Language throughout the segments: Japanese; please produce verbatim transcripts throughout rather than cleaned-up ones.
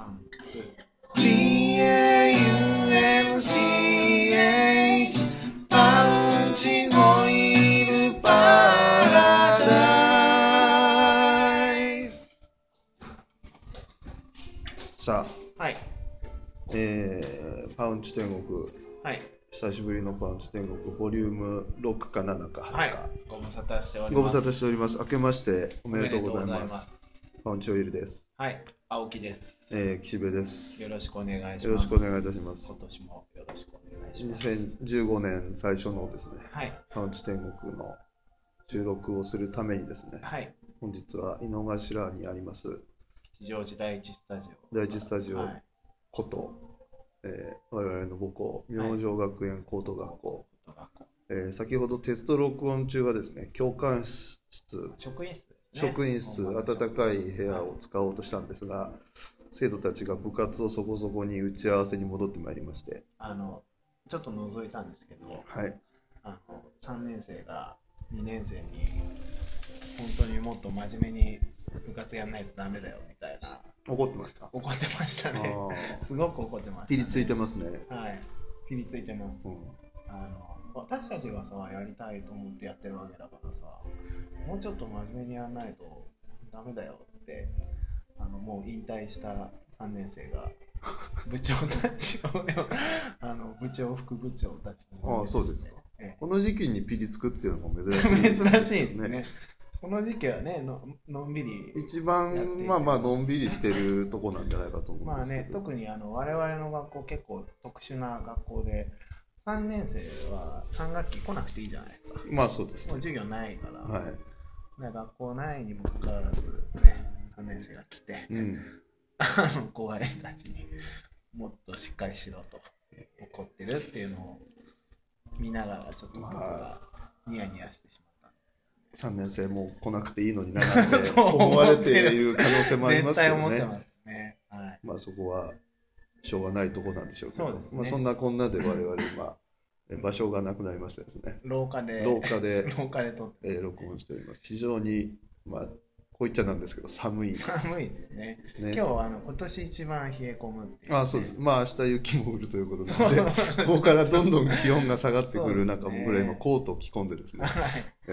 ワン、ツー。 ピーエーユーエヌシーエイチ パウチホイールパラダイス。さあ、 はい。 えー、パウンチ天国、 はい。 久しぶりのパウンチ天国、ボリュームろくかななかはちか、 はい、ご無沙汰しております。 ご無沙汰しております。明けましておおめでとうございます。 ますパウンチオイルです。 はい、青木です。 えー、岸辺です。 よろしくお願いします。 よろしくお願いいたします。 今年もよろしくお願いします。 にせんじゅうごねん最初のですね、 はい、 パウンチ天国の収録をするためにですね、 はい、 本日は井の頭にあります吉祥寺第一スタジオ、 第一スタジオはい、 こと、えー、我々の母校明星学園高等学校、 はい、 えー、先ほどテスト録音中はですね、教官室、 職員室、ね、 職員室、暖かい部屋を使おうとしたんですが、はい、生徒たちが部活をそこそこに打ち合わせに戻ってまいりまして、 あのちょっと覗いたんですけど、 はい、 あのさんねん生がにねん生に本当にもっと真面目に部活やんないとダメだよみたいな、 怒ってました。 怒ってましたね。すごく怒ってましたね。 ピリついてますね。 はい、ピリついてます。 うん、 あの私たちがさ、やりたいと思ってやってるわけだからさ、もうちょっと真面目にやらないとダメだよって、あのもう引退したさんねん生が部長たちをあの部長副部長たちに、 ね、ああ、そうですか、ええ、この時期にピリつくっていうのも珍しい珍しいですね。この時期はね、の, のんびり一番まあまあのんびりしてるとこなんじゃないかと思うんですけど、 まあね、特にあの我々の学校結構特殊な学校で、さんねん生はさん学期来なくていいじゃないですか。 まあそうです、ね、 もう授業ないから、 はい、 学校ないにもかかわらず、ね、さんねん生が来て、うん、あの後輩たちにもっとしっかりしろと怒ってるっていうのを見ながら、ちょっと僕がニヤニヤしてしまったんです。 さんねん生も来なくていいのにななんて思われている可能性もありますけどね。 絶対思ってますね。はい、 まあそこはしょうがないところなんでしょうけど、 そうですね、 まあそんなこんなで我々今場所がなくなりましてですね、 廊下で廊下で廊下で撮って、 えー、録音しております。非常にまあこう言っちゃなんですけど寒い。 寒いですね。ね、今日あの今年一番冷え込むっていう、ね。 ああそうです。まあ明日雪も降るということなので、ここからどんどん気温が下がってくる中、僕ら今コートを着込んでですね、はい、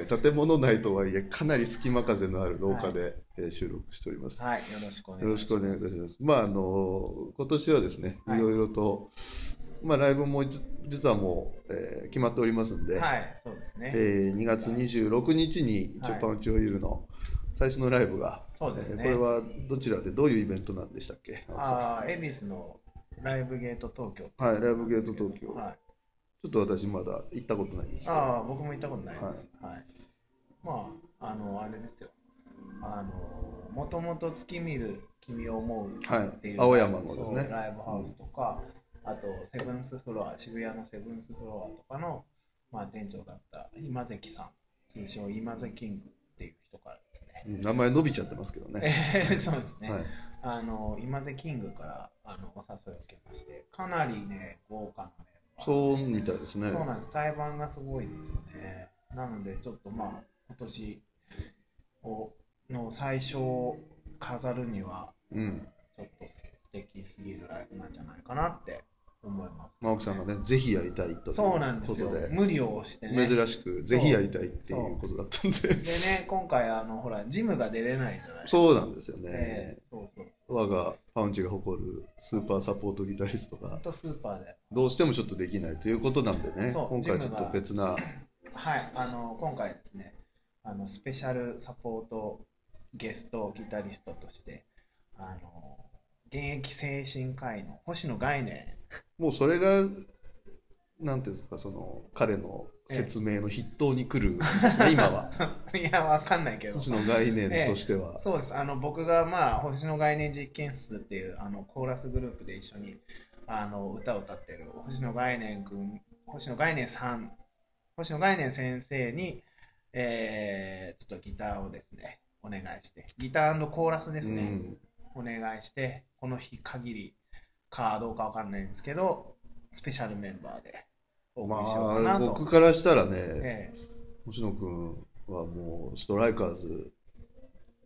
建物内とはいえかなり隙間風のある廊下で、はい、収録しております。 はい、よろしくお願いします。 よろしくお願いいたします。まああの今年はですね、いろいろと、まあ、ライブも実はもう、えー、決まっておりますんで、 はい、そうですね、 えー、にがつにじゅうろくにちに一応パウンチオイルの最初のライブが、 そうですね、 えー、これはどちらでどういうイベントなんでしたっけ？ ああ、恵比寿のライブゲート東京、 はい、ライブゲート東京、 はい、 ちょっと私まだ行ったことないんですけど、 ああ、僕も行ったことないです、はいはい、まああのあれですよ、あのもともと月見る君を思うっていう、 はい、青山のですねライブハウスとか、うん、あとセブンスフロア、渋谷のセブンスフロアとかの、まあ、店長だった今関さん、通称今関キングっていう人からですね、 名前伸びちゃってますけどね。 そうですね、はい、あの今関キングからあのお誘いを受けまして、かなりね豪華なメンバー、 そうみたいですね。 そうなんです、対バンがすごいですよね。なのでちょっとまあ今年をの最初を飾るには、うん、ちょっと素敵すぎるライブなんじゃないかなって思います、ね。 直樹さんがね、ぜひやりたいということで、 そうなんですよ、無理をしてね、 珍しくぜひやりたいっていうことだったんで、 でね、今回あのほらジムが出れないじゃないですか。 そうなんですよね、 えー、そうそうそう、 我がパウンチが誇るスーパーサポートギタリストがスーパーでどうしてもちょっとできないということなんでね、今回ちょっと別なはい、あの今回ですね、あのスペシャルサポートゲストギタリストとしてあの現役精神科医の星野概念、 もうそれがなんていうんですか、その彼の説明の筆頭に来るんですね、今は。 いや、わかんないけど、 星野概念としては、 ええ、そうです。あの僕が、まあ、星野概念実験室っていうあのコーラスグループで一緒にあの歌を歌ってる星野概念君、星野概念さん、星野概念先生に、えー、ちょっとギターをですねお願いして、ギター&コーラスですね、うん、お願いして、この日限りかどうかわかんないんですけど、スペシャルメンバーでお送りしようかなと。 まあ、僕からしたらね、 ええ、 星野君はもうストライカーズ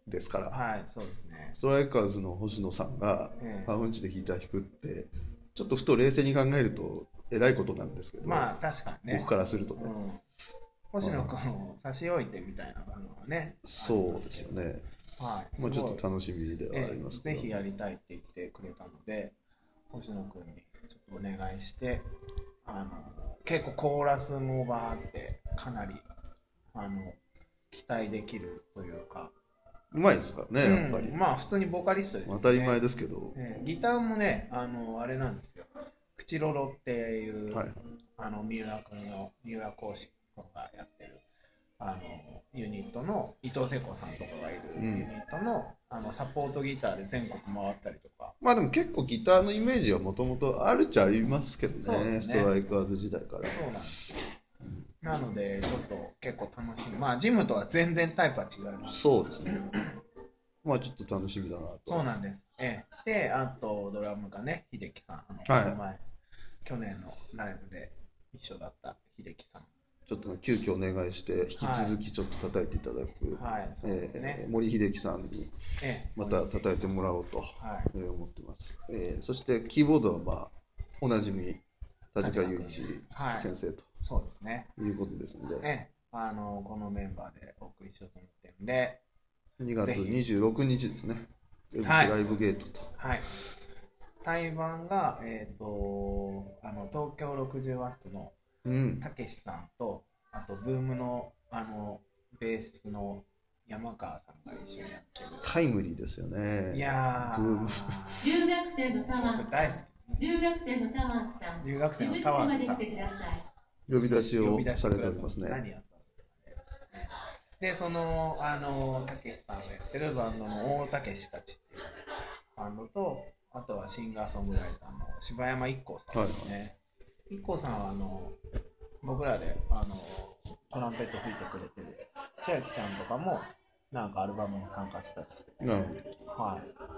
ですから、 はい、そうですね。 ストライカーズの星野さんがええハーフンチでギター弾くってちょっとふと冷静に考えるとえらいことなんですけど、 まあ確かにね。 僕からするとね、 うん、星野君を差し置いてみたいなのはね。 そうですよね。 はい、 まあちょっと楽しみではありますけど、 ええ、ぜひやりたいって言ってくれたので、星野君にちょっとお願いして、あの結構コーラスもバーってかなりあの期待できるというか、 うまいですからね、 うん、 やっぱり。 まあ普通にボーカリストです、ね、 当たり前ですけど、 ええ、ギターもね、あのあれなんですよ。口ロロっていう、 はい、 あの三浦君の三浦浩司君がやってるあのユニットの伊藤聖子さんとかがいるユニットの、うん、あのサポートギターで全国回ったりとか。 まあでも結構ギターのイメージはもともとあるっちゃありますけど ね, ねストライカーズ時代から。 そうなんですよ。なのでちょっと結構楽しみ。まあジムとは全然タイプは違います。 そうですね。まあちょっと楽しみだなと。 そうなんです。ええ、で、あとドラムがね、秀樹さん。あの、 はい、 この前、去年のライブで一緒だった秀樹さん。 ちょっと、ね、急遽お願いして、引き続きちょっと叩いていただく、 はい、そうですね、 えー、森秀樹さんにまた叩いてもらおうと、えー、思ってます。えー、そしてキーボードは、まあ、おなじみ、田近雄一先生と、 はい、そうですね、 いうことですので、 えー、あのこのメンバーでお送りしようと思ってるんで、 にがつにじゅうろくにちですね、はい、ライブゲートと。 はい、対バンが、えー、とあの東京 ろくじゅうワッツ のたけしさんと、あとブームのあのベースの山川さんが一緒にやってる。 タイムリーですよね。 いやー、 ブーム。 留学生のタワー僕大好き。 留学生のタワーさん。 留学生のタワーさん。 呼び出しをされておりますね。 何やったんですかね。で、そのあのたけしさんがやってるバンドの大たけしたちっていうバンドと、あとはシンガーソングライターの柴山一行さんですね。はい、一行さんはあの僕らであのトランペット吹いてくれてる千秋ちゃんとかもなんかアルバムに参加したりして、 なるほど。 はい、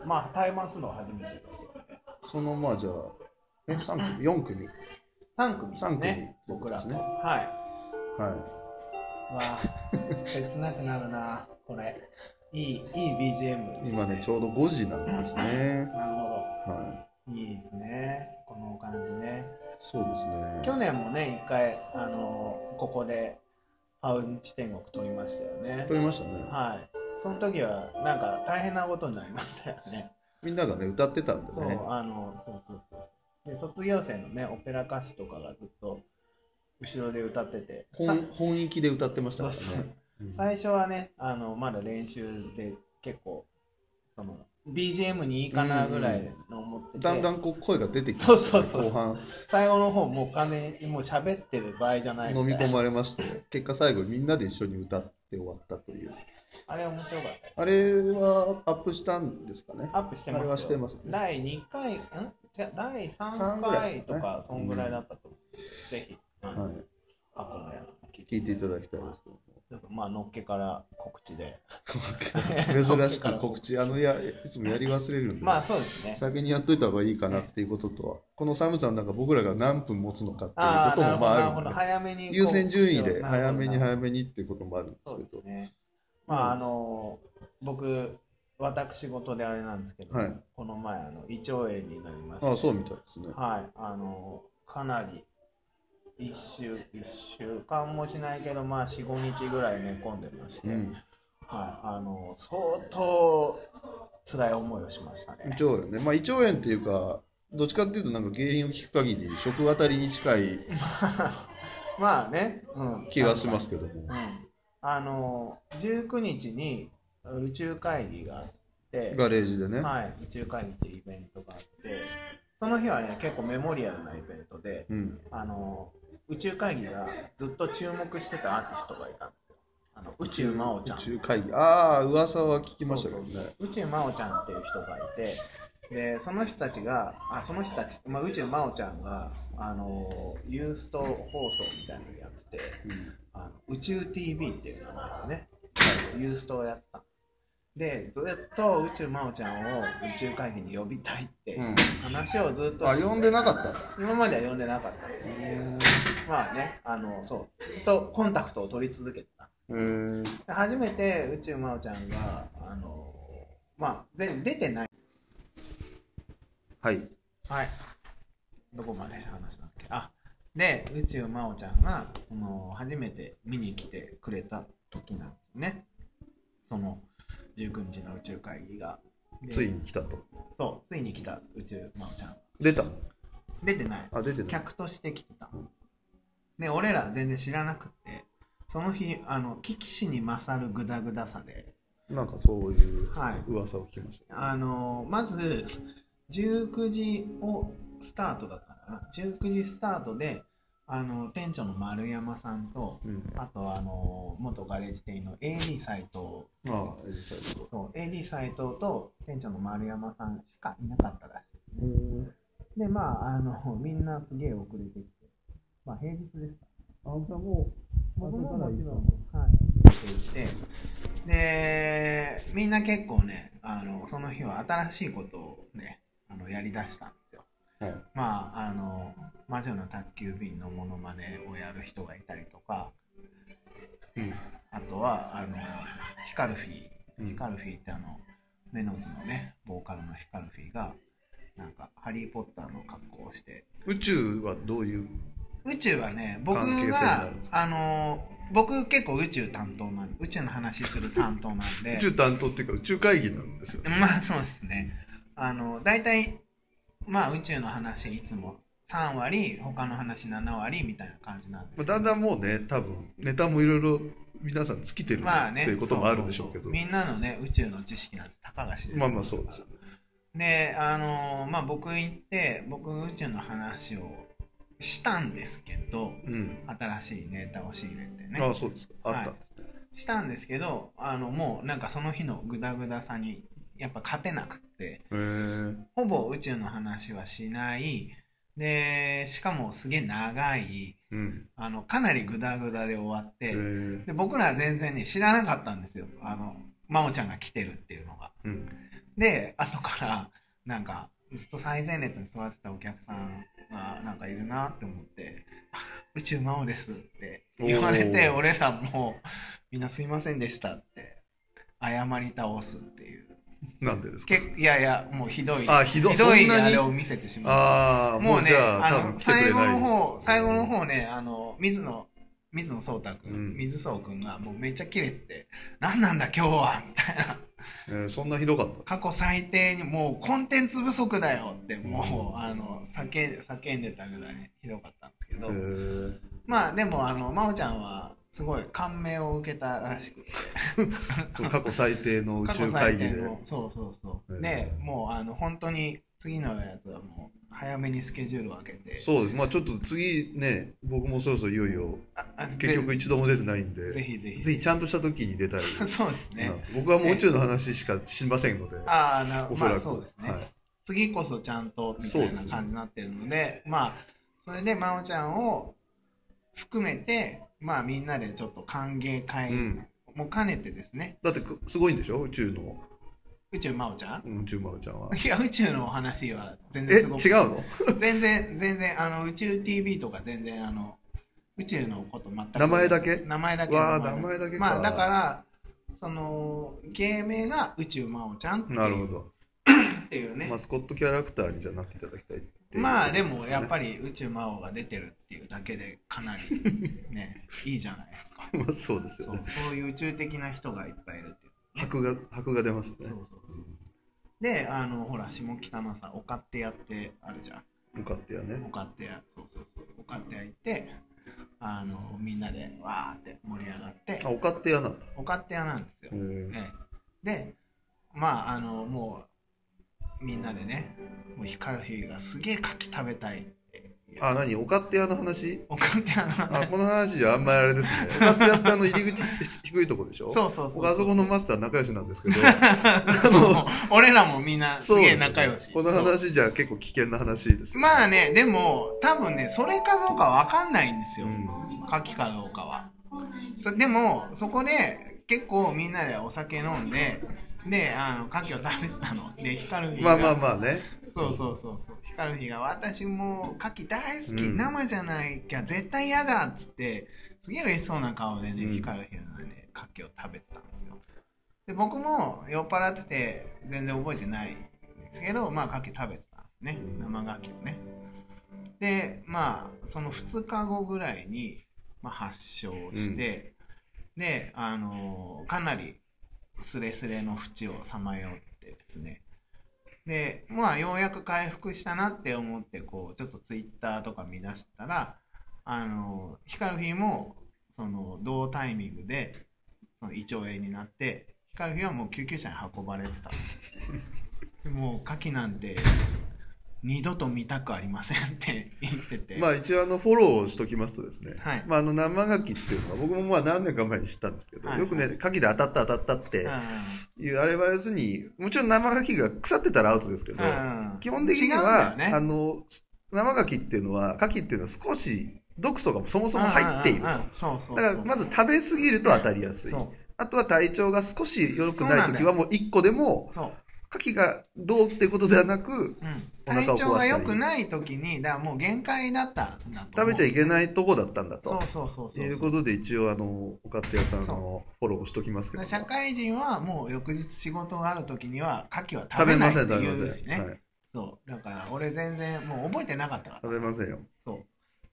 まあ対バンするのは初めてですよね。 そのまあじゃあえさん組よん組さん組ですね。僕らと。はいはい。 わあ切なくなるなこれ。いいいい ビージーエム ですね。 今ねちょうどごじなんですね。 なるほど。 はい。 いいですね。この感じね。 そうですね。 去年もね一回あのここでパウンチ天国撮りましたよね。 撮りましたね。 はい。その時はなんか大変なことになりましたよね。 みんながね歌ってたんでね。 そうあのそうそうそうそう。で卒業生のねオペラ歌手とかがずっと後ろで歌ってて、 本本域で歌ってましたからね。 そうそううん、最初はねあのまだ練習で結構その ビージーエム にいいかなぐらいの思ってて、 だんだんこう声が出てきて、 そうそうそう後半最後の方もう完全にもう喋ってる場合じゃないみたいな、 飲み込まれまして結果最後みんなで一緒に歌って終わったという。 あれ面白かったです。 あれはアップしたんですかね。 アップしてますよ。 あれはしてますね。 だいにかいんじゃだいさんかいとかそんぐらいだったと思う、うん、ぜひ、はい、過去のやつも聞いて聞いていただきたいですけども、 まあのっけから告知で珍しく告知あのやいつもやり忘れるんで、 まあそうですね、 先にやっといた方がいいかなっていうこととは、ね、この寒さの中僕らが何分持つのかっていうこともまああるんで、ね、 早めに優先順位で早めに早めにっていうこともあるんですけど、そうですね、 まああの僕私事であれなんですけど、はい、この前あの胃腸炎になりまして、 ああそうみたいですね、 はいあのかなりいっ週、いっしゅうかんもしないけど、まあ、よん、ごにちぐらい寝込んでまして、うん、はい、あの相当辛い思いをしましたね。 胃腸炎ね、まあ、胃腸炎っていうか、どっちかっていうと、なんか原因を聞く限り、食当たりに近いまあね、うん、 気がしますけども、うん、 あのじゅうくにちに宇宙会議があって、 ガレージでね、 はい、宇宙会議っていうイベントがあって、その日はね、結構メモリアルなイベントで、うん、あの宇宙会議がずっと注目してたアーティストがいたんですよ。あの宇宙真央ちゃん。 宇宙会議。ああ、噂は聞きましたけどね。 そうそうそう、宇宙真央ちゃんっていう人がいて、でその人たちが、あその人たち、まあ、宇宙真央ちゃんがあのユースト放送みたいなのやってて、うん、あの宇宙 ティービー っていう名前でね、ユーストをやってた。でずっと宇宙真央ちゃんを宇宙会議に呼びたいって話をずっと、うん、 あ呼んでなかった今までは呼んでなかったんです。まあね、あのそうずっとコンタクトを取り続けてたんですへーで初めて宇宙真央ちゃんがあのまあ全出てない。 はいはいどこまで話したっけ。あで宇宙真央ちゃんがその初めて見に来てくれた時なんですね。そのじゅうくにちの宇宙会議がついに来たと。 そうついに来た宇宙真央ちゃん出た。 出てない。 あ出てない。 客として来てた。で俺ら全然知らなくて、その日あの危機死に勝るグダグダさでなんかそういう噂を聞きました、 はい、あのまずじゅうくじをスタートだったかな。じゅうくじスタートであの店長の丸山さんと、うん、あとあの元ガレージ店員の エーディー 斉藤、 ああ エーディー 斉藤、 そう エーディー 斉藤と店長の丸山さんしかいなかったらしい。うんでまああのみんなすげえ遅れてきて、まあ平日でした。あもう僕ももちろんはいって言ってでみんな結構ねあのその日は新しいことをねあのやりだしたんですよ。はい、まああの魔女の宅急便のモノマネをやる人がいたりとか、うん、あとはあのヒカルフィー、ヒカルフィーってあのメノスのねボーカルのヒカルフィーがなんかハリー・ポッターの格好をして。 宇宙はどういう宇宙はね僕があの僕結構宇宙担当なん宇宙の話する担当なんで宇宙担当っていうか宇宙会議なんですよね。 まあそうですね。あの大体まあ宇宙の話いつもさんわり他の話ななわりみたいな感じなんですけど、 だんだんもうね多分ネタもいろいろ皆さん尽きてるっていうこともあるんでしょうけど、 そうそうそうみんなのね宇宙の知識なんてたかが知れない。 まあまあそうですよね。 であのまあ僕行って僕宇宙の話をしたんですけど、うん、新しいネタを仕入れてね。 ああそうですか。あったんですね。 はい、したんですけどあのもうなんかその日のグダグダさにやっぱ勝てなくってほぼ宇宙の話はしないでしかもすげえ長い、うん、あのかなりグダグダで終わってで僕らは全然ね知らなかったんですよあの真央ちゃんが来てるっていうのが、うん、で後からなんかずっと最前列に座ってたお客さんがなんかいるなって思って宇宙真央ですって言われて俺らもみんなすいませんでしたって謝り倒すっていう。 なんでですか。 いやいやもうひどいあひどひどいあれを見せてしまう。 あもうねあの最後の方最後の方ねあの水野水野壮太君、うん、水壮君がもうめっちゃキレてて何なんだ今日はみたいな。 えー、そんなひどかった。 過去最低にもうコンテンツ不足だよってもう、うん、あの叫, 叫んでたぐらいひどかったんですけど、まあでもあの真央ちゃんはすごい感銘を受けたらしくてそう過去最低の宇宙会議でそうそうそうでもうあの本当に次のやつはもう早めにスケジュールを空けて。 そうです。まあちょっと次ね僕もそろそろいよいよ結局一度も出てないんでぜひぜひぜひちゃんとした時に出たいそうですね。 僕はもう宇宙の話しかしませんので、ね、 ああなるほど、まあ、そうですね、はい、次こそちゃんとみたいな感じになってるの で, でまあそれで真央ちゃんを含めてまあみんなでちょっと歓迎会も兼ねてですね、 うん、だってすごいんでしょ宇宙の宇宙真央ちゃん、 宇宙真央ちゃんはいや宇宙の話は全然すごくえ違うの全然全然あの宇宙 ティーブイ とか全然あの宇宙のこと全く名前だけ名前だけわ名前だけか、 まあだからその芸名が宇宙真央ちゃんっていう、 なるほどっていうねマスコットキャラクターにじゃなっていただきたいっていう、ね、 まあでもやっぱり宇宙真央が出てるっていうだけでかなりねいいじゃないですかまあそうですよね。 そう、そういう宇宙的な人がいっぱいいるっていう、ね、 箔が箔が出ますね。 そうそうそう、うん、であのほら下北のさお勝手屋ってあるじゃん。 お勝手屋ね。 お勝手屋そうそうそうお勝手屋行ってあのみんなでわーって盛り上がって。 あお勝手屋なんだ。 お勝手屋なんですよ、ええ、でまああのもうみんなでねもうヒカルフィーがすげえ牡蠣食べたいってあ何お勝手屋の話お勝手屋の話あこの話じゃあんまりあれですねお勝手屋ってあの入り口低いとこでしょそうそうそうそう僕あそこのマスター仲良しなんですけどあの俺らもみんなすげえ仲良し、 ね、この話じゃ結構危険な話です、ね、 まあねでも多分ねそれかどうか分かんないんですよ、うん、牡蠣かどうかはそでもそこで結構みんなでお酒飲んでであの牡蠣を食べてたのでヒカルフィがまあまあまあねそうそうそうそうヒカルフィが私もう牡蠣大好き、うん、生じゃないきゃ絶対嫌だっつってすげえ嬉しそうな顔でね、 うん光る日のね、牡蠣を食べてたんですよ。で、僕も酔っ払ってて、全然覚えてないんですけど、まあ、牡蠣食べてたんですね。生牡蠣をね。で、まあ、そのふつかごぐらいに、まあ、発症して、うん、で、あのー、かなりスレスレの淵をさまよってですね、で、まあ、ようやく回復したなって思って、こう、ちょっとツイッターとか見出したら、あの、ヒカルフィも、その、同タイミングで、その胃腸炎になって、ヒカルフィはもう救急車に運ばれてた。でもう、牡蠣なんて、二度と見たくありませんって言ってて、 まあ一応あのフォローをしときますとですね、 はい、 まあ、あの生牡蠣っていうのは僕もまあ何年か前に知ったんですけど、はい、よくね牡蠣で当たった当たったっていう、あれは要するにもちろん生牡蠣が腐ってたらアウトですけど、基本的には、ね、あの生牡蠣っていうのは牡蠣っていうのは少し毒素がそもそも入っていると。だからまず食べ過ぎると当たりやすい。あとは体調が少し良くない時はもういっこでも牡蠣がどうっていうことではなく、うん、 お腹を壊したり、体調が良くない時に、だからもう限界だったんだと食べちゃいけないとこだったんだと。 そうそうそうそう。 いうことで一応あのおかって屋さんのフォローをしときますけど。 社会人はもう翌日仕事がある時には牡蠣は食べないって言うしね。はい、そうだから俺全然もう覚えてなかったから。 食べませんよ。 そう。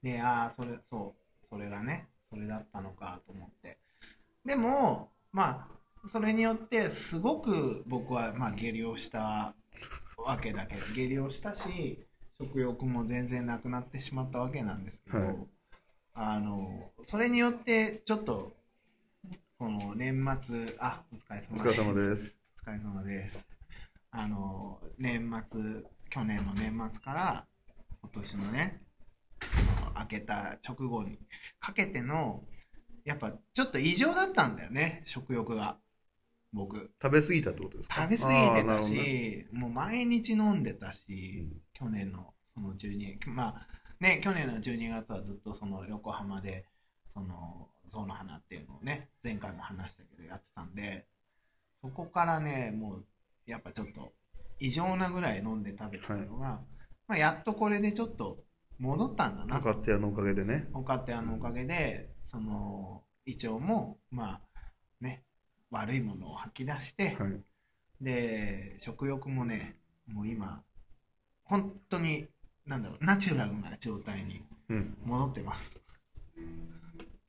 で、ああそれそうそれがねそれだったのかと思って。でもまあ。それによってすごく僕はまあ下痢をしたわけだけど下痢をしたし食欲も全然なくなってしまったわけなんですけど、はい、あのそれによってちょっとこの年末あお疲れ様です。 お疲れ様です。 お疲れ様です。あの年末去年の年末から今年のねその明けた直後にかけてのやっぱちょっと異常だったんだよね食欲が。僕食べ過ぎたってことですか？ 食べ過ぎてたし、ね、もう毎日飲んでたし、うん、去年のそのじゅうにまあね去年のじゅうにがつはずっとその横浜でその象の花っていうのをね前回も話したけどやってたんでそこからねもうやっぱちょっと異常なぐらい飲んで食べてたのが、はいまあ、やっとこれでちょっと戻ったんだな。 おかって屋のおかげでね。 おかって屋のおかげでその胃腸もまあね悪いものを吐き出して、はい、で食欲もねもう今本当になんだろうナチュラルな状態に戻ってます、うん、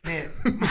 で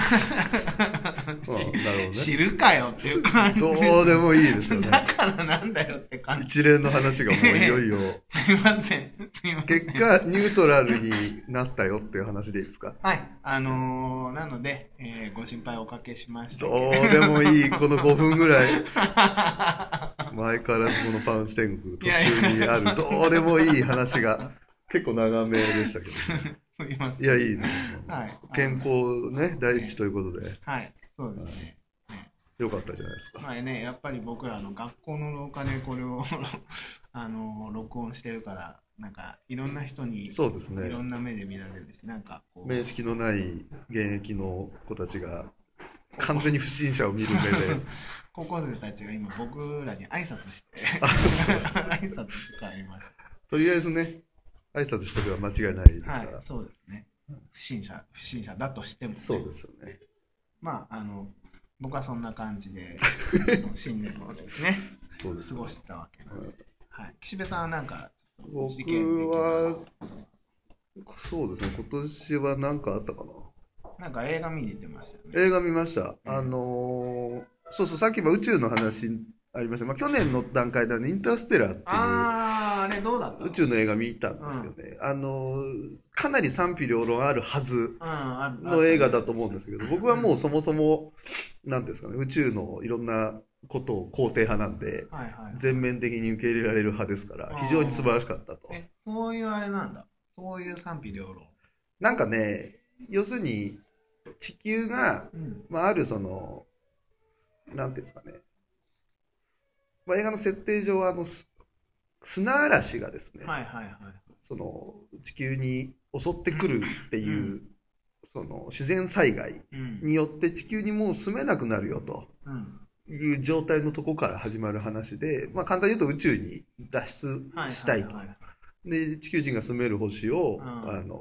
知るかよっていう感じどうでもいいですよね。 だからなんだよって感じ。 一連の話がもういよいよすいませんすいません結果ニュートラルになったよっていう話でいいですか？ はいあのー、なので、えー、ご心配おかけしました。 どうでもいいこのごふんぐらい前からこのパンチ天国途中にあるどうでもいい話が結構長めでしたけど、ね、 すいません。 いやいいです、 はい、 健康ね第一ということで、 はいそうですね、 はい、よかったじゃないですか。 まあねやっぱり僕らの学校の廊下でこれをあの録音してるからなんかいろんな人にそうですねいろんな目で見られるしなんかこう面識のない現役の子たちが完全に不審者を見る目で高校生たちが今僕らに挨拶して挨拶して帰りました。 とりあえずね挨拶しとけば間違いないですから、はい、 そうですね不審者不審者だとしても、ね、 そうですよね。 まああの僕はそんな感じで新年をですねそうです、ね、過ごしてたわけなんで、はいはい、岸辺さんはなんか僕はそうですね今年は何かあったかな。 なんか映画見に行ってましたよね。 映画見ました。あのー、そうそうさっきも宇宙の話ありました。まあ去年の段階でインターステラーっていうああれどうだった宇宙の映画見たんですよね。うん、あのー、かなり賛否両論あるはずの映画だと思うんですけど、僕はもうそもそもなんですかね宇宙のいろんなことを肯定派なんで、はいはい、全面的に受け入れられる派ですから非常に素晴らしかったと。 えそういうあれなんだ。そういう賛否両論。 なんかね要するに地球が、うんまあ、あるそのなんていうんですかね、まあ、映画の設定上あの砂嵐がですね、 はいはいはい、 その地球に襲ってくるっていう、うん、その自然災害によって地球にもう住めなくなるよという状態のとこから始まる話で、まあ、簡単に言うと宇宙に脱出したいと。はいはいはいはい、で地球人が住める星を、うん、あの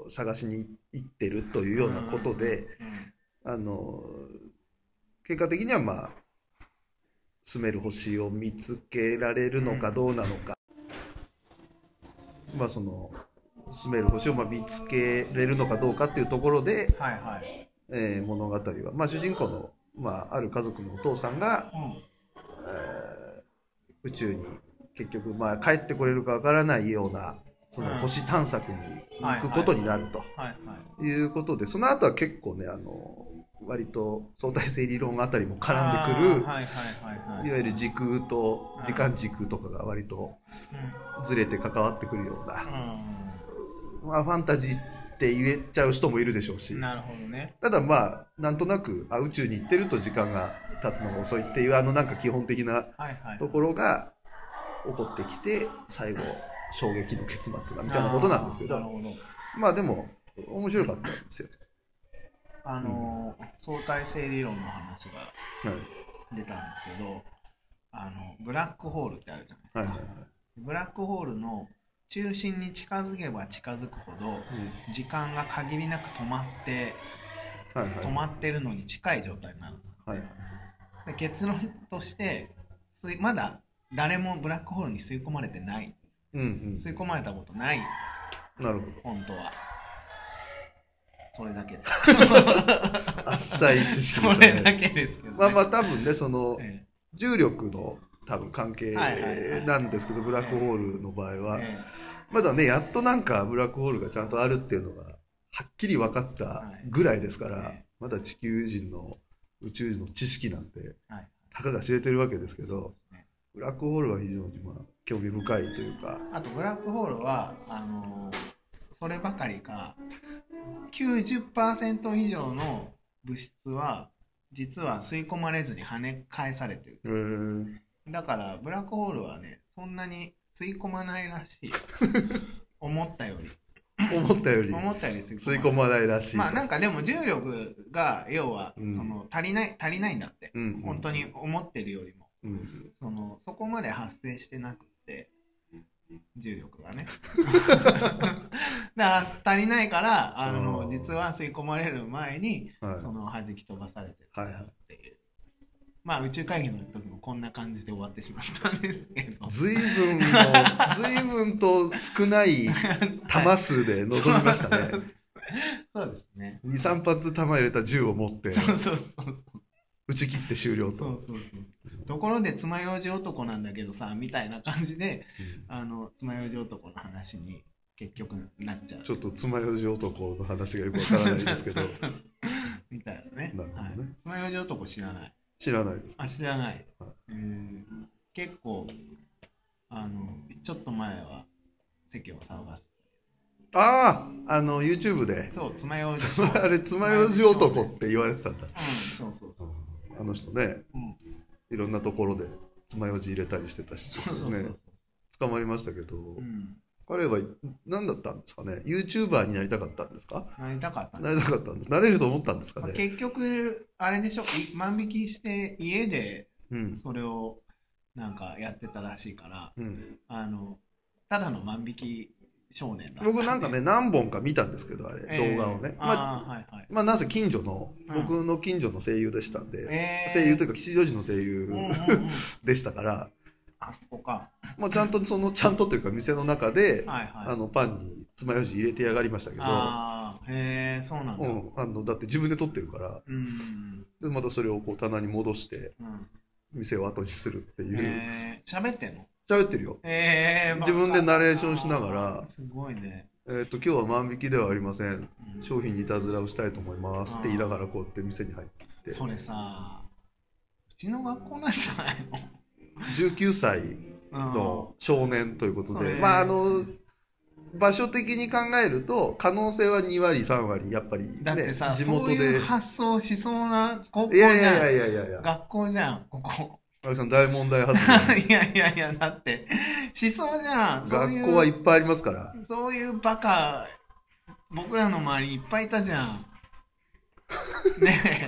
探しに行ってるというようなことで、 うんあの結果的にはまあ住める星を見つけられるのかどうなのか、うん、まあその住める星をまあ見つけれるのかどうかっていうところで、 はいはいえー、物語は、まあ、主人公の、まあ、ある家族のお父さんが、 うんえー、宇宙に結局、まあ、帰ってこれるかわからないようなその星探索に行くことになるということで、その後は結構ねあの割と相対性理論あたりも絡んでくる、いわゆる時空と時間軸とかが割とずれて関わってくるような、まあ、ファンタジーって言えちゃう人もいるでしょうし、 なるほどね、 ただまあなんとなくあ宇宙に行ってると時間が経つのが遅いっていうあのなんか基本的なところが起こってきて最後衝撃の結末がみたいなことなんですけど、まあでも面白かったんですよ。 あの、うん、相対性理論の話が出たんですけど、はい、あのブラックホールってあるじゃないですか、はいはいはい、ブラックホールの中心に近づけば近づくほど、うん、時間が限りなく止まって、はいはい、止まってるのに近い状態になる、はいはい、で結論としてまだ誰もブラックホールに吸い込まれてない、うんうん、吸い込まれたことない、 なるほど本当はそれだけですあっさい知識ですね。 それだけですけど、ね、 まあまあ多分ねその、ええ、重力の多分関係なんですけど、ブラックホールの場合は、ええ、まだねやっとなんかブラックホールがちゃんとあるっていうのがはっきり分かったぐらいですから、はい、まだ地球人の宇宙人の知識なんてたかが知れてるわけですけど、はい、ブラックホールは非常にまあ興味深いというか、 あとブラックホールはあのそればかりかきゅうじゅっパーセント 以上の物質は実は吸い込まれずに跳ね返されてる。へー。だからブラックホールはねそんなに吸い込まないらしい思ったより思ったより思ったより吸い込まないらしい。 まあなんかでも重力が要はその足りない足りないんだって、うん、本当に思ってるよりも、うん、そのそこまで発生してなくて重力がねだから足りないからあの実は吸い込まれる前に、はい、その弾き飛ばされてるっていう、はいはい、まあ宇宙会議の時もこんな感じで終わってしまったんですけど、 随分の随分と少ない弾数で臨みましたねそうですね。 にさん発弾入れた銃を持ってそうそうそう打ち切って終了と。 そうそうそう。ところで爪楊枝男なんだけどさみたいな感じで、うん、あの爪楊枝男の話に結局なっちゃう。 ちょっと爪楊枝男の話がよくわからないですけどみたいなね。 なるほどね。 爪楊枝男知らない。 知らないです。 あ、知らない。はい、えー、結構あのちょっと前は席を騒がす。 ああ、あの YouTube で。 そう、爪楊枝。 あれ爪楊枝男って言われてたんだ。 うん、そうそうそう。 あの人ね、うん、いろんなところで爪楊枝入れたりしてたしですよね。捕まりましたけど、うん、彼は何だったんですかね。YouTuber になりたかったんですか。 なりたかったんです。なりたかったんです。なれると思ったんですかね。まあ、 結局あれでしょ。万引きして家でそれをなんかやってたらしいから、うん、あのただの万引き少年だ。 僕なんかね何本か見たんですけどあれ、えー、動画をね、まあ、はいはい、まあなぜ近所の、うん、僕の近所の声優でしたんで、えー、声優というか吉祥寺の声優、うんうんうん、でしたから、 あそこか、 まあ、ちゃんとそのちゃんとというか店の中で、はいはい、あのパンに爪楊枝入れてやがりましたけど、 あへえそうなんだ、うん、 あのだって自分で取ってるから、うん、でまたそれをこう棚に戻して、うん、店を後にするっていう。 へー、喋ってんの？ 喋ってるよ、 えー、 自分でナレーションしながら、 すごいね、 えー、と今日は万引きではありません、うん、商品にいたずらをしたいと思いますって言いながらこうやって店に入っていって。 それさうちの学校なんじゃないの？ じゅうきゅうさいの少年ということで、まああの場所的に考えると可能性はに割さん割やっぱり、ね、 だってさ地元でそういう発想しそうな高校じゃん。いやいやいやいやいや学校じゃんここ。 青木さん大問題発言いやいやいやだってしそうじゃん。 学校はいっぱいありますから。 そういうバカ僕らの周りにいっぱいいたじゃんねえ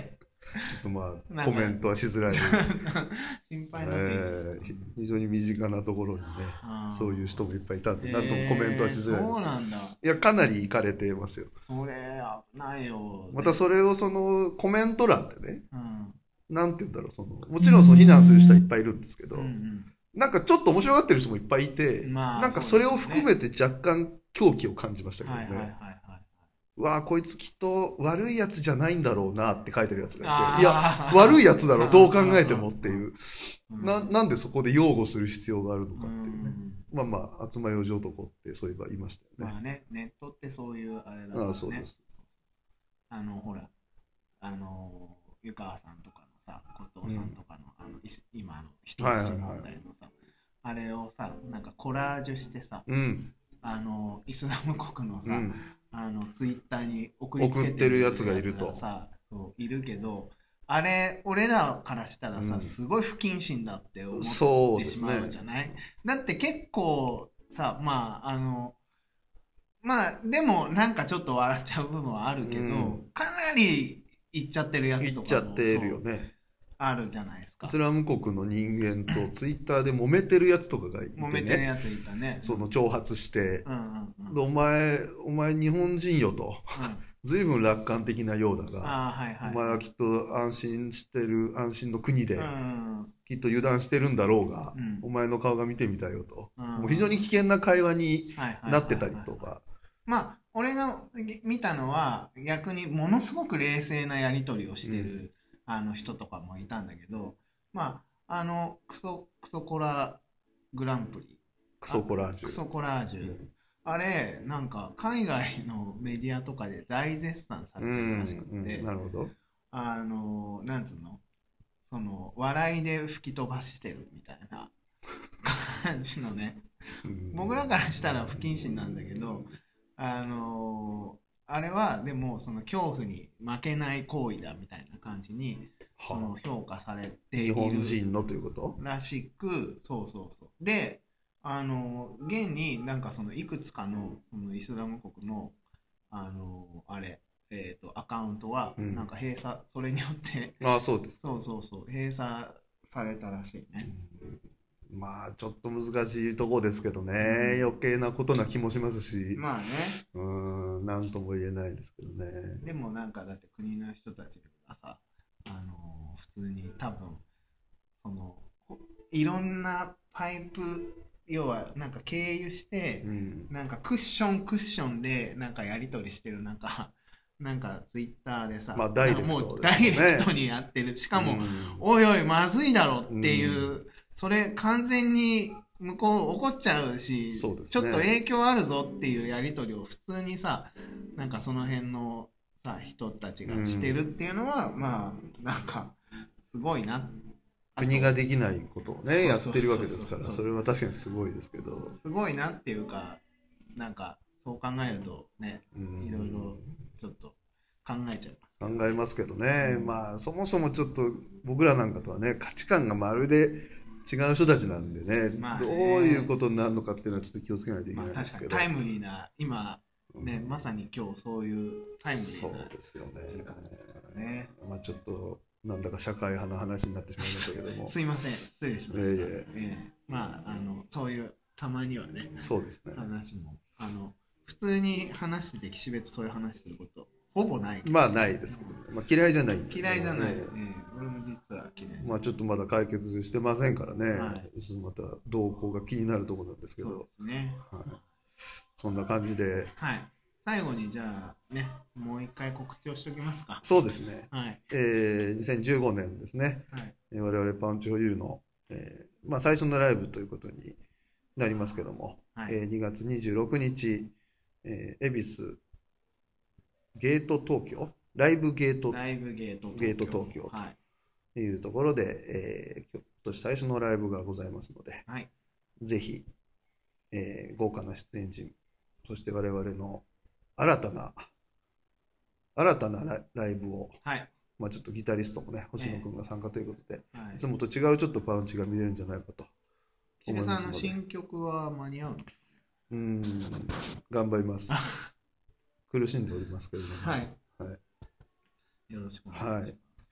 っとまあなんかコメントはしづらい、 心配なえーひ非常に身近なところにねあーそういう人もいっぱいいたんで、なんともコメントはしづらいえーそうです。 なんだ。 いやかなり行かれてますよ。 それ危ないよ。 またそれをそのコメント欄でね、 うん。 なんて言うんだろう、そのもちろんその非難する人はいっぱいいるんですけど、 うんうんなんかちょっと面白がってる人もいっぱいいて、 まあなんかそれを含めて若干狂気を感じましたけどね。 はいはいはいはい。 うわあこいつきっと悪いやつじゃないんだろうなって書いてるやつがいて、 あーいや悪いやつだろどう考えてもっていううんななんでそこで擁護する必要があるのかっていうね。 うんまあまあ集まようじ男ってそういえば言いましたよね。 まあね、ネットってそういうあれだからね。 ああそうです。 あの、ほら、あの、湯川さんとかのさ、後藤さんとかの、あのい今の人質問題のさ、あれをさ、なんかコラージュしてさ、 うんあの、イスラム国のさ、 うんあのツイッターに送りつけ送ってるやつがいるとやつがさ、そういるけど、あれ俺らからしたらさ、 うんすごい不謹慎だって思そうですってしまうねじゃない。だって結構さ、まああのまあでもなんかちょっと笑っちゃう部分はあるけど、 うんかなり言っちゃってるやつ言っとかもちゃってるよそうね。 あるじゃないですか。 イスラム国の人間とツイッターで揉めてるやつとかがいて揉めてるね、 やついたね。 その挑発してうんうんうんでお前お前日本人よとうん随分楽観的なようだが、 ああはいはい。 お前はきっと安心してる安心の国で、 うんきっと油断してるんだろうが、 うんお前の顔が見てみたよと、 うんもう非常に危険な会話にはいはいはいはいなってたりとか、 まあ俺が見たのは逆にものすごく冷静なやり取りをしてる、 うんあの人とかもいたんだけど、まああのクソクソコラグランプリクソコラージュ。 クソコラージュ、 うんあれなんか海外のメディアとかで大絶賛されてるらしくて、 うんうんなるほど。 あのなんつうのその笑いで吹き飛ばしてるみたいな感じのね、 うん僕らからしたら不謹慎なんだけど、あのあれはでもその恐怖に負けない行為だみたいな感じにそのは評価されてあ、日いる本人のということらしく、そうそうそうで、あの現になんかそのいくつかのそのイスラム国のあのあれえー、とアカウントはうんなんか閉鎖、それによってああそうですか。 そうそうそう閉鎖されたらしいね。 まあちょっと難しいとこですけどね、 うん余計なことな気もしますし、 まあね、 うーんなんとも言えないですけどね。 でもなんかだって国の人たちがさ、あの普通に多分そのほいろんなパイプ要はなんか経由して、 うんなんかクッションクッションでなんかやり取りしてるなんかなんかツイッターでさ、 まあダイレクトなんかもうダですよねイレクトにやってる、しかも、 うんおいおいまずいだろっていう、 うんそれ完全に向こう怒っちゃうし、 そうですねちょっと影響あるぞっていうやり取りを普通にさ、なんかその辺のさ人たちがしてるっていうのは、まあなんかすごいな。 国ができないことをそうそうそうねやってるわけですかそうそうそうら、それは確かにすごいですけど、 すごいなっていうか、なんかそう考えるとね、 うんいろいろちょっと考えちゃいます考えますけどね、まあそもそもちょっと僕らなんかとはね価値観がまるで違う人たちなんでね、 まあねどういうことになるのかっていうのはちょっと気をつけないといけまあないですけど、 確かにタイムリーな今ね、 うんまさに今日そういうタイムリそうーなですよね時間ですからね。 まあちょっとなんだか社会派の話になってしまいましたけどもすいません、失礼しました。 いえいえええまああのそういうたまにはねそうですね、 話もあの普通に話してて岸辺とそういう話することほぼない。 まあないですけどね、まあ、嫌いじゃないんでね、 嫌いじゃない、 えええ俺も実は嫌いじゃない。 まあちょっとまだ解決してませんからね、 はいちょっとまた動向が気になるところなんですけそうど、 ですね。 はい、そんな感じで、 はい。最後にじゃあね、もう一回告知をしておきますか。 そうですね、 はい。 えー、にせんじゅうごねんですね、 はい。 えー我々パンチョユーの、えーまあ、最初のライブということになりますけども、 はいえーにがつにじゅうろくにち、えー、恵比寿ゲート東京ライブゲートライブゲート東京。 ゲート東京はい。 というところで、えー、今年最初のライブがございますので、 はい。 ぜひ、えー豪華な出演陣、そして我々の新たな新たなラライブを、 はい。 まあ、ちょっとギタリストもね星野君が参加ということで、 はいいつもと違うちょっとパウンチが見れるんじゃないかと岸辺思いますので、 さんの新曲は間に合うんですか？ うーん頑張ります苦しんでおりますけれども、 はい。 はいよろしくお願いします。 はい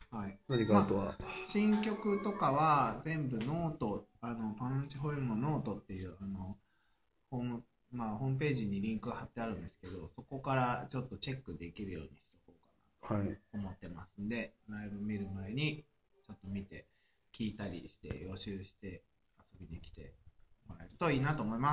はい。 何かあとは、 まあ、新曲とかは全部ノート、あのパンチホイールのノートっていうあのホーム、まあ、ホームページにリンクが貼ってあるんですけど、そこからちょっとチェックできるようにしておこうかなと思ってますんで、はい、ライブ見る前にちょっと見て、聞いたりして、予習して遊びに来てもらえるといいなと思います。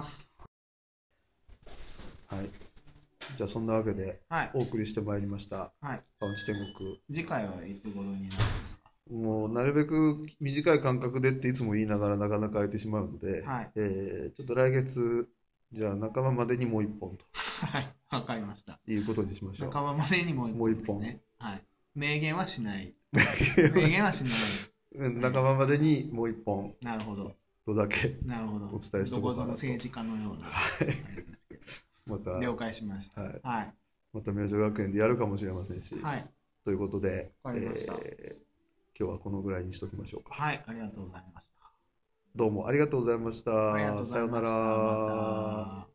はい。じゃあそんなわけでお送りしてまいりました、 はい、 パンチ天国。 次回はいつ頃になるんですか？ もうなるべく短い間隔でっていつも言いながらなかなか空いてしまうので、 はい、 えー、ちょっと来月じゃあ半ばまでにもう一本とはいわかりました。 いうことにしましょう。 半ばまでにもう一本ですね。はい。明言はしない。明言はしない。 半ばまでにもう一本。 なるほど。 とだけなるほど。 お伝えしておこうかなと。 どこぞの政治家のような。 また了解しました。 はい。 はい、 また明星学園でやるかもしれませんし。 はい。 ということで、 わかりました。 えー今日はこのぐらいにしときましょうか。 はい、ありがとうございました。 どうもありがとうございました。 ありがとうございました。 さようなら。 また。